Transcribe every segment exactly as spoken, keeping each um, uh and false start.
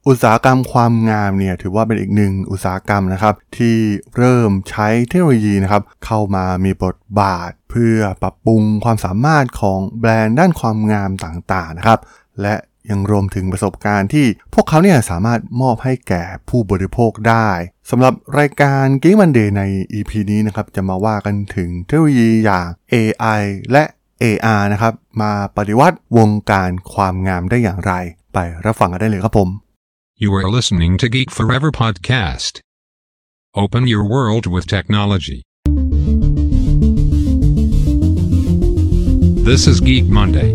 อุตสาหกรรมความงามเนี่ยถือว่าเป็นอีกหนึ่งอุตสาหกรรมนะครับที่เริ่มใช้เทคโนโลยีนะครับเข้ามามีบทบาทเพื่อปรับปรุงความสามารถของแบรนด์ด้านความงามต่างๆนะครับและยังรวมถึงประสบการณ์ที่พวกเขาเนี่ยสามารถมอบให้แก่ผู้บริโภคได้สำหรับรายการ Geek Monday ใน อี พี นี้นะครับจะมาว่ากันถึงเทคโนโลยีอย่าง เอ ไอ และ เอ อาร์ นะครับมาปฏิวัติวงการความงามได้อย่างไรไปรับฟังกันได้เลยครับผม You are listening to Geek Forever Podcast. Open your world with technology. This is Geek Monday.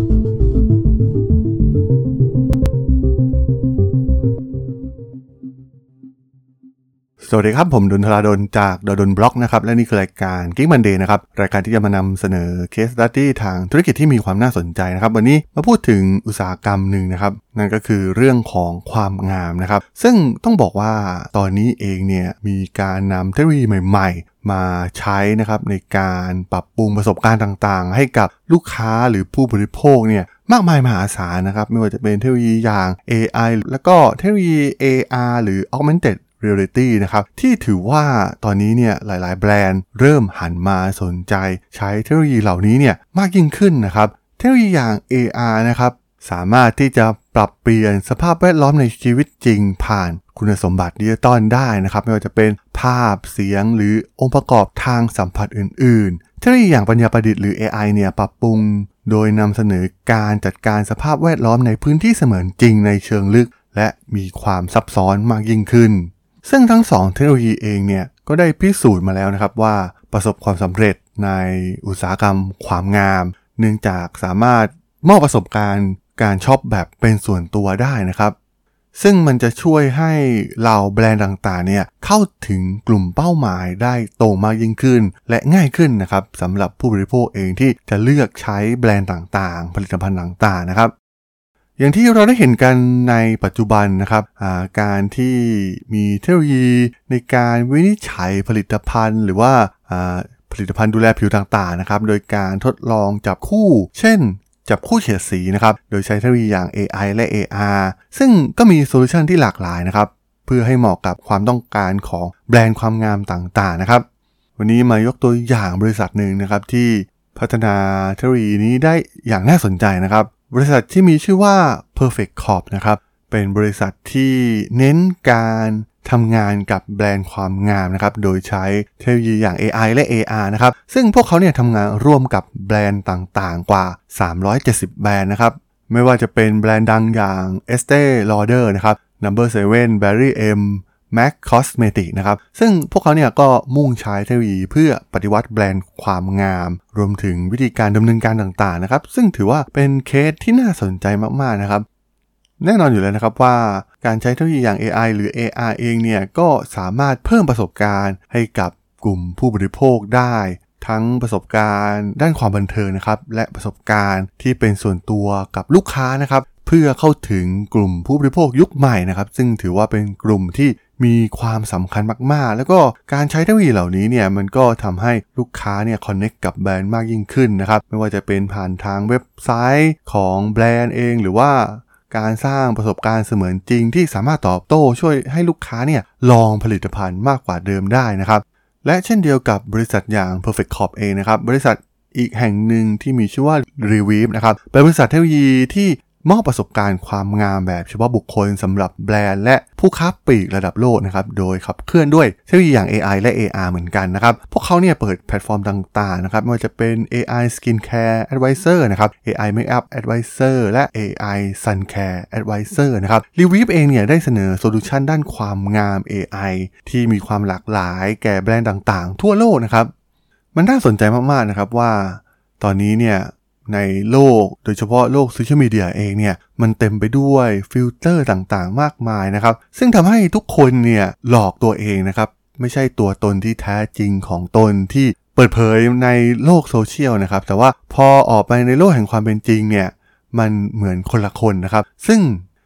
สวัสดีครับผมดลธราดลจากดลบล็อกนะครับและนี่คือรายการ Geek Monday นะครับรายการที่จะมานำเสนอ Case Study ทางธุรกิจที่มีความน่าสนใจนะครับวันนี้มาพูดถึงอุตสาหกรรมหนึ่งนะครับนั่นก็คือเรื่องของความงามนะครับซึ่งต้องบอกว่าตอนนี้เองเนี่ยมีการนำเทคโนโลยีใหม่ๆมาใช้นะครับในการปรับปรุงประสบการณ์ต่างๆให้กับลูกค้าหรือผู้บริโภคเนี่ยมากมายมหาศาลนะครับไม่ว่าจะเป็นเทคโนโลยีอย่าง เอ ไอ แล้วก็เทคโนโลยี เอ อาร์ หรือ Augmented Reality นะครับที่ถือว่าตอนนี้เนี่ยหลายๆแบรนด์เริ่มหันมาสนใจใช้เทคโนโลยีเหล่านี้เนี่ยมากยิ่งขึ้นนะครับเทคโนโลยีอย่าง เอ อาร์ นะครับสามารถที่จะปรับเปลี่ยนสภาพแวดล้อมในชีวิตจริงผ่านคุณสมบัติดิจิตอลได้นะครับไม่ว่าจะเป็นภาพเสียงหรือองค์ประกอบทางสัมผัสอื่นๆเทคโนโลยีอย่างปัญญาประดิษฐ์หรือ เอ ไอ เนี่ยปรับปรุงโดยนำเสนอการจัดการสภาพแวดล้อมในพื้นที่เสมือนจริงในเชิงลึกและมีความซับซ้อนมากยิ่งขึ้นซึ่งทั้งสองเทคโนโลยีเองเนี่ยก็ได้พิสูจน์มาแล้วนะครับว่าประสบความสำเร็จในอุตสาหกรรมความงามเนื่องจากสามารถมอบประสบการณ์การช็อปแบบเป็นส่วนตัวได้นะครับซึ่งมันจะช่วยให้เหล่าแบรนด์ต่างๆเนี่ยเข้าถึงกลุ่มเป้าหมายได้ตรงมากยิ่งขึ้นและง่ายขึ้นนะครับสำหรับผู้บริโภคเองที่จะเลือกใช้แบรนด์ต่างๆผลิตภัณฑ์ต่างๆนะครับอย่างที่เราได้เห็นกันในปัจจุบันนะครับการที่มีเทคโนโลยีในการวินิจฉัยผลิตภัณฑ์หรือว่าผลิตภัณฑ์ดูแลผิวต่างๆนะครับโดยการทดลองจับคู่เช่นจับคู่เฉดสีนะครับโดยใช้เทคโนโลยีอย่าง เอ ไอ และ เอ อาร์ ซึ่งก็มีโซลูชันที่หลากหลายนะครับเพื่อให้เหมาะกับความต้องการของแบรนด์ความงามต่างๆนะครับวันนี้มายกตัวอย่างบริษัทหนึ่งนะครับที่พัฒนาเทคโนโลยีนี้ได้อย่างน่าสนใจนะครับบริษัทที่มีชื่อว่า Perfect Corp นะครับเป็นบริษัทที่เน้นการทำงานกับแบรนด์ความงามนะครับโดยใช้เทคโนโลยีอย่าง เอ ไอ และ เอ อาร์ นะครับซึ่งพวกเขาเนี่ยทำงานร่วมกับแบรนด์ต่างๆกว่าสามร้อยเจ็ดสิบแบรนด์นะครับไม่ว่าจะเป็นแบรนด์ดังอย่าง Estee Lauder นะครับ Number เซเว่น Barry M Mac Cosmetics นะครับซึ่งพวกเขาเนี่ยก็มุ่งใช้เทคโนโลยีเพื่อปฏิวัติแบรนด์ความงามรวมถึงวิธีการดำเนินการต่างๆนะครับซึ่งถือว่าเป็นเคสที่น่าสนใจมากๆนะครับแน่นอนอยู่แล้วนะครับว่าการใช้เทคโนโลยีอย่าง เอ ไอ หรือ เอ อาร์ เองเนี่ยก็สามารถเพิ่มประสบการณ์ให้กับกลุ่มผู้บริโภคได้ทั้งประสบการณ์ด้านความบันเทิงนะครับและประสบการณ์ที่เป็นส่วนตัวกับลูกค้านะครับเพื่อเข้าถึงกลุ่มผู้บริโภคยุคใหม่นะครับซึ่งถือว่าเป็นกลุ่มที่มีความสำคัญมากๆแล้วก็การใช้เทคโนโลยีเหล่านี้เนี่ยมันก็ทำให้ลูกค้าเนี่ยคอนเนคกับแบรนด์มากยิ่งขึ้นนะครับไม่ว่าจะเป็นผ่านทางเว็บไซต์ของแบรนด์เองหรือว่าการสร้างประสบการณ์เสมือนจริงที่สามารถตอบโต้ช่วยให้ลูกค้าเนี่ยลองผลิตภัณฑ์มากกว่าเดิมได้นะครับและเช่นเดียวกับบริษัทอย่าง Perfect Corp เองนะครับบริษัทอีกแห่งหนึ่งที่มีชื่อว่า Revive นะครับเป็นบริษัทเทคโนโลยีที่มอบประสบการณ์ความงามแบบเฉพาะบุคคลสำหรับแบรนด์และผู้ค้าปลีกระดับโลกนะครับโดยขับเคลื่อนด้วยเทคโนโลยีอย่าง เอ ไอ และ เอ อาร์ เหมือนกันนะครับพวกเขาเนี่ยเปิดแพลตฟอร์มต่างๆนะครับไม่ว่าจะเป็น เอ ไอ Skin Care Advisor นะครับ เอ ไอ Makeup Advisor และ เอ ไอ Sun Care Advisor นะครับ Revive เองเนี่ยได้เสนอโซลูชันด้านความงาม เอ ไอ ที่มีความหลากหลายแก่แบรนด์ต่างๆทั่วโลกนะครับมันน่าสนใจมากๆนะครับว่าตอนนี้เนี่ยในโลกโดยเฉพาะโลกโซเชียลมีเดียเองเนี่ยมันเต็มไปด้วยฟิลเตอร์ต่างๆมากมายนะครับซึ่งทำให้ทุกคนเนี่ยหลอกตัวเองนะครับไม่ใช่ตัวตนที่แท้จริงของตนที่เปิดเผยในโลกโซเชียลนะครับแต่ว่าพอออกไปในโลกแห่งความเป็นจริงเนี่ยมันเหมือนคนละคนนะครับซึ่ง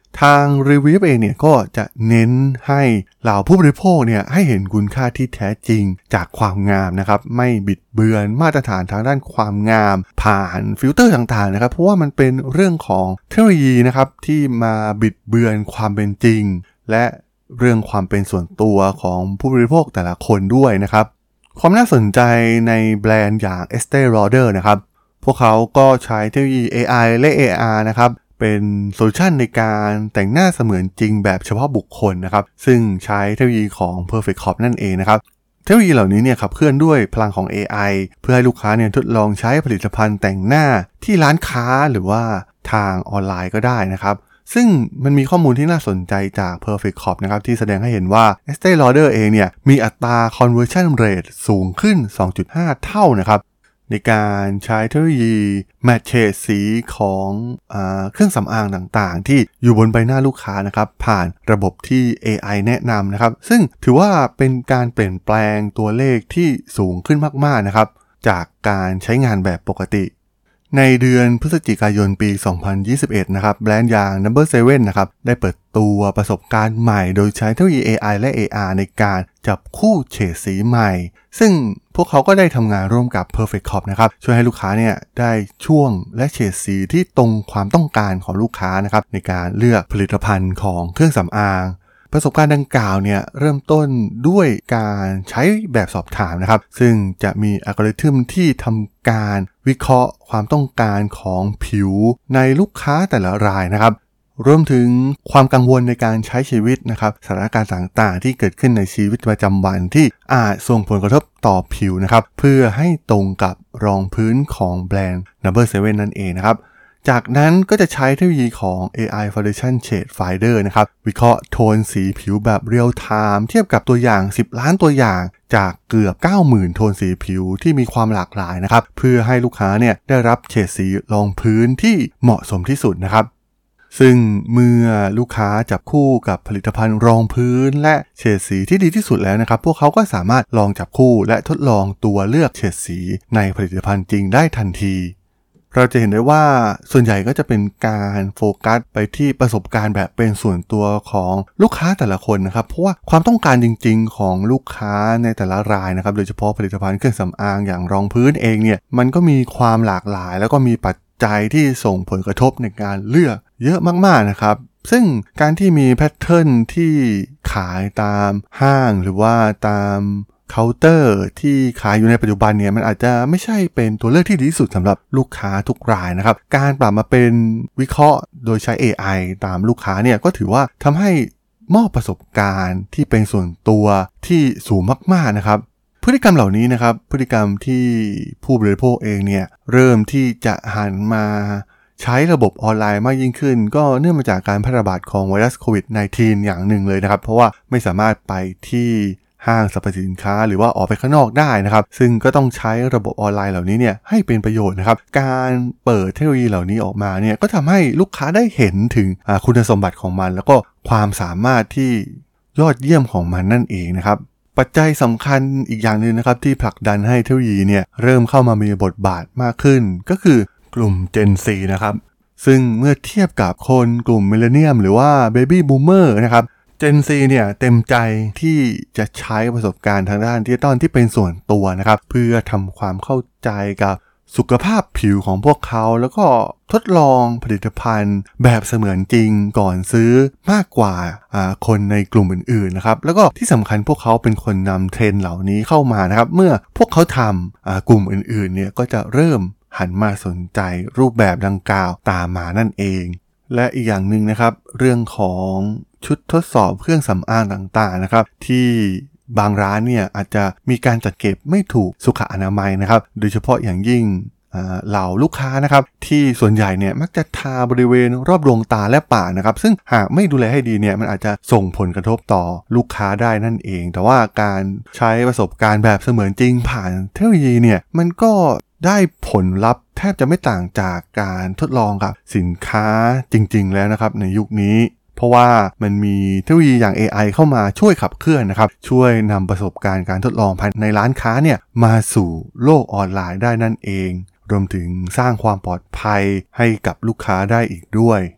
ทาง Revive เองเนี่ยก็จะเน้นให้เหล่าผู้บริโภคเนี่ยให้เห็นคุณค่าที่แท้จริงจากความงามนะครับไม่บิดเบือนมาตรฐานทางด้านความงามผ่านฟิลเตอร์ต่างๆนะครับเพราะว่ามันเป็นเรื่องของเทคโนโลยีนะครับที่มาบิดเบือนความเป็นจริงและเรื่องความเป็นส่วนตัวของผู้บริโภคแต่ละคนด้วยนะครับความน่าสนใจในแบรนด์อย่าง Estée Lauder นะครับพวกเขาก็ใช้เทคโนโลยี เอ ไอ และ เอ อาร์ นะครับเป็นโซลูชันในการแต่งหน้าเสมือนจริงแบบเฉพาะบุคคลนะครับซึ่งใช้เทคโนโลยีของ Perfect Corp นั่นเองนะครับเทคโนโลยีเหล่านี้เนี่ยขับเคลื่อนด้วยพลังของ เอ ไอ เพื่อให้ลูกค้าเนี่ยทดลองใช้ผลิตภัณฑ์แต่งหน้าที่ร้านค้าหรือว่าทางออนไลน์ก็ได้นะครับซึ่งมันมีข้อมูลที่น่าสนใจจาก Perfect Corp นะครับที่แสดงให้เห็นว่า Estée Lauder เองเนี่ยมีอัตรา conversion rate สูงขึ้น สองจุดห้า เท่านะครับในการใช้เทคโนโลยีแมทเชดสีของอ่าเครื่องสำอางต่างๆที่อยู่บนใบหน้าลูกค้านะครับผ่านระบบที่ เอ ไอ แนะนำนะครับซึ่งถือว่าเป็นการเปลี่ยนแปลงตัวเลขที่สูงขึ้นมากๆนะครับจากการใช้งานแบบปกติในเดือนพฤศจิกายนปี สองพันยี่สิบเอ็ด นะครับแบรนด์อย่าง นัมเบอร์ เซเว่น นะครับได้เปิดตัวประสบการณ์ใหม่โดยใช้เทคโนโลยี เอ ไอ และ เอ อาร์ ในการจับคู่เฉดสีใหม่ซึ่งพวกเขาก็ได้ทำงานร่วมกับ Perfect Corp นะครับช่วยให้ลูกค้าเนี่ยได้ช่วงและเฉดสีที่ตรงความต้องการของลูกค้านะครับในการเลือกผลิตภัณฑ์ของเครื่องสำอางประสบการณ์ดังกล่าวเนี่ยเริ่มต้นด้วยการใช้แบบสอบถามนะครับซึ่งจะมีอัลกอริทึมที่ทำการวิเคราะห์ความต้องการของผิวในลูกค้าแต่ละรายนะครับรวมถึงความกังวลในการใช้ชีวิตนะครับสถานการณ์ต่างๆที่เกิดขึ้นในชีวิตประจำวันที่อาจส่งผลกระทบต่อผิวนะครับเพื่อให้ตรงกับรองพื้นของแบรนด์ นัมเบอร์ เซเว่น นั่นเองนะครับจากนั้นก็จะใช้เทคโนโลยีของ เอ ไอ Foundation Shade Finder นะครับวิเคราะห์โทนสีผิวแบบเรียลไทม์เทียบกับตัวอย่างสิบล้านตัวอย่างจากเกือบ เก้าหมื่น โทนสีผิวที่มีความหลากหลายนะครับเพื่อให้ลูกค้าเนี่ยได้รับเฉดสีรองพื้นที่เหมาะสมที่สุดนะครับซึ่งเมื่อลูกค้าจับคู่กับผลิตภัณฑ์รองพื้นและเฉดสีที่ดีที่สุดแล้วนะครับพวกเขาก็สามารถลองจับคู่และทดลองตัวเลือกเฉดสีในผลิตภัณฑ์จริงได้ทันทีเราจะเห็นได้ว่าส่วนใหญ่ก็จะเป็นการโฟกัสไปที่ประสบการณ์แบบเป็นส่วนตัวของลูกค้าแต่ละคนนะครับเพราะว่าความต้องการจริงๆของลูกค้าในแต่ละรายนะครับโดยเฉพาะผลิตภัณฑ์เครื่องสำอางอย่างรองพื้นเองเนี่ยมันก็มีความหลากหลายแล้วก็มีปัจจัยที่ส่งผลกระทบในการเลือกเยอะมากๆนะครับซึ่งการที่มีแพทเทิร์นที่ขายตามห้างหรือว่าตามเคาน์เตอร์ที่ขายอยู่ในปัจจุบันเนี่ยมันอาจจะไม่ใช่เป็นตัวเลือกที่ดีที่สุดสำหรับลูกค้าทุกรายนะครับการปรับมาเป็นวิเคราะห์โดยใช้ เอ ไอ ตามลูกค้าเนี่ยก็ถือว่าทำให้มอบประสบการณ์ที่เป็นส่วนตัวที่สูงมากๆนะครับพฤติกรรมเหล่านี้นะครับพฤติกรรมที่ผู้บริโภคเองเนี่ยเริ่มที่จะหันมาใช้ระบบออนไลน์มากยิ่งขึ้นก็เนื่องมาจากการแพร่ระบาดของไวรัสโควิด สิบเก้า อย่างหนึ่งเลยนะครับเพราะว่าไม่สามารถไปที่ห้างสรรพสินค้าหรือว่าออกไปข้างนอกได้นะครับซึ่งก็ต้องใช้ระบบออนไลน์เหล่านี้เนี่ยให้เป็นประโยชน์นะครับการเปิดเทคโนโลยีเหล่านี้ออกมาเนี่ยก็ทำให้ลูกค้าได้เห็นถึงคุณสมบัติของมันแล้วก็ความสามารถที่ยอดเยี่ยมของมันนั่นเองนะครับปัจจัยสำคัญอีกอย่างนึงนะครับที่ผลักดันให้เทคโนโลยีเนี่ยเริ่มเข้ามามีบทบาทมากขึ้นก็คือกลุ่ม Gen Z นะครับซึ่งเมื่อเทียบกับคนกลุ่มมิลเลนเนียมหรือว่า Baby Boomer นะครับGen Z เนี่ยเต็มใจที่จะใช้ประสบการณ์ทางด้านดิจิตอลที่เป็นส่วนตัวนะครับเพื่อทำความเข้าใจกับสุขภาพผิวของพวกเขาแล้วก็ทดลองผลิตภัณฑ์แบบเสมือนจริงก่อนซื้อมากกว่าคนในกลุ่มอื่นๆนะครับแล้วก็ที่สำคัญพวกเขาเป็นคนนำเทรนด์เหล่านี้เข้ามานะครับเมื่อพวกเขาทำกลุ่มอื่นๆเนี่ยก็จะเริ่มหันมาสนใจรูปแบบดังกล่าวตามมานั่นเองและอีกอย่างหนึ่งนะครับเรื่องของชุดทดสอบเครื่องสำอางต่างๆนะครับที่บางร้านเนี่ยอาจจะมีการจัดเก็บไม่ถูกสุขอนามัยนะครับโดยเฉพาะอย่างยิ่งเหล่าลูกค้านะครับที่ส่วนใหญ่เนี่ยมักจะทาบริเวณรอบดวงตาและปากนะครับซึ่งหากไม่ดูแลให้ดีเนี่ยมันอาจจะส่งผลกระทบต่อลูกค้าได้นั่นเองแต่ว่าการใช้ประสบการณ์แบบเสมือนจริงผ่านเทคโนโลยีเนี่ยมันก็ได้ผลลัพธ์แทบจะไม่ต่างจากการทดลองกับสินค้าจริงๆแล้วนะครับในยุคนี้เพราะว่ามันมีเทคโนโลยีอย่าง เอ ไอ เข้ามาช่วยขับเคลื่อนนะครับช่วยนำประสบการณ์การทดลองภายในร้านค้าเนี่ยมาสู่โลกออนไลน์ได้นั่นเองรวมถึงสร้างความปลอดภัยให้กับลูกค้าได้อีกด้วย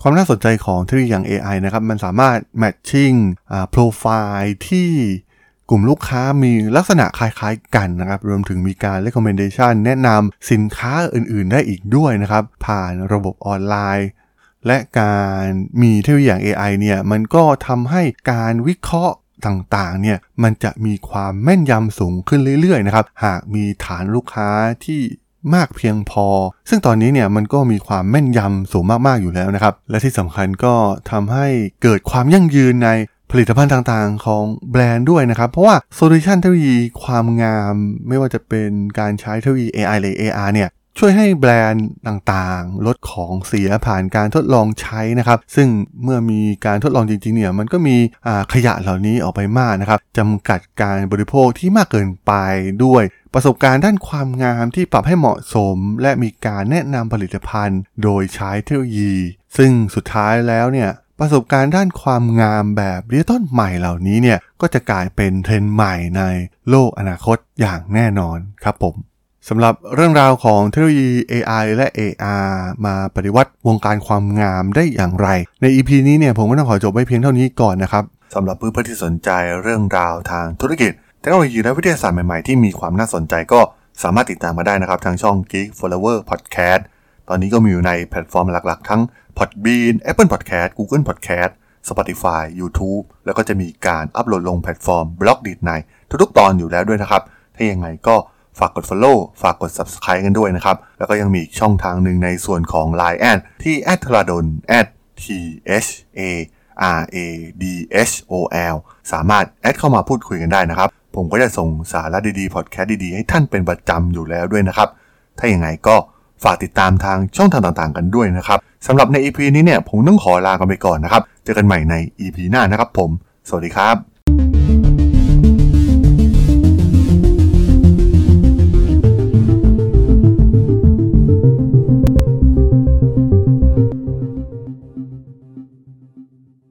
ความน่าสนใจของเทคโนโลยีอย่าง เอ ไอ นะครับมันสามารถ matching อ่า profile ที่กลุ่มลูกค้ามีลักษณะคล้ายๆกันนะครับรวมถึงมีการ recommendation แนะนำสินค้าอื่นๆได้อีกด้วยนะครับผ่านระบบออนไลน์และการมีเทคโนโลยีอย่าง เอ ไอ เนี่ยมันก็ทำให้การวิเคราะห์ต่างๆเนี่ยมันจะมีความแม่นยำสูงขึ้นเรื่อยๆนะครับหากมีฐานลูกค้าที่มากเพียงพอซึ่งตอนนี้เนี่ยมันก็มีความแม่นยำสูงมากๆอยู่แล้วนะครับและที่สำคัญก็ทำให้เกิดความยั่งยืนในผลิตภัณฑ์ต่างๆของแบรนด์ด้วยนะครับเพราะว่าโซลูชันเทคโนโลยีความงามไม่ว่าจะเป็นการใช้เทคโนโลยี เอ ไอ หรือ เอ อาร์ เนี่ยช่วยให้แบรนด์ต่างๆลดของเสียผ่านการทดลองใช้นะครับซึ่งเมื่อมีการทดลองจริงๆเนี่ยมันก็มีขยะเหล่านี้ออกไปมากนะครับจำกัดการบริโภคที่มากเกินไปด้วยประสบการณ์ด้านความงามที่ปรับให้เหมาะสมและมีการแนะนำผลิตภัณฑ์โดยใช้เทคโนโลยีซึ่งสุดท้ายแล้วเนี่ยประสบการณ์ด้านความงามแบบดิจิตอลใหม่เหล่านี้เนี่ยก็จะกลายเป็นเทรนด์ใหม่ในโลกอนาคตอย่างแน่นอนครับผมสำหรับเรื่องราวของเทคโนโลยี เอ ไอ และ เอ อาร์ มาปฏิวัติวงการความงามได้อย่างไรใน อี พี นี้เนี่ยผมก็ต้องขอจบไว้เพียงเท่านี้ก่อนนะครับสำหรับเพื่อนๆที่สนใจเรื่องราวทางธุรกิจเทคโนโลยีและวิทยาศาสตร์ใหม่ๆที่มีความน่าสนใจก็สามารถติดตามมาได้นะครับทางช่อง Geek Flower Podcast ตอนนี้ก็มีอยู่ในแพลตฟอร์มหลักๆทั้ง Podbean Apple Podcast Google Podcast Spotify YouTube แล้วก็จะมีการอัปโหลดลงแพลตฟอร์ม Blogdit ในทุกๆตอนอยู่แล้วด้วยนะครับถ้ายังไงก็ฝากกด follow ฝากกด subscribe กันด้วยนะครับแล้วก็ยังมีอีกช่องทางหนึ่งในส่วนของ ไลน์ แอด ที่ แอท ธราดล แอท ที เอช เอ อาร์ เอ ดี เอช โอ แอล สามารถแอดเข้ามาพูดคุยกันได้นะครับผมก็จะส่งสาระดีๆพอดแคสต์ดีๆให้ท่านเป็นประจำอยู่แล้วด้วยนะครับถ้าอย่างไรก็ฝากติดตามทางช่องทางต่างๆกันด้วยนะครับสำหรับใน อี พี นี้เนี่ยผมต้องขอลากันไปก่อนนะครับเจอกันใหม่ใน อี พี หน้านะครับผมสวัสดีครับ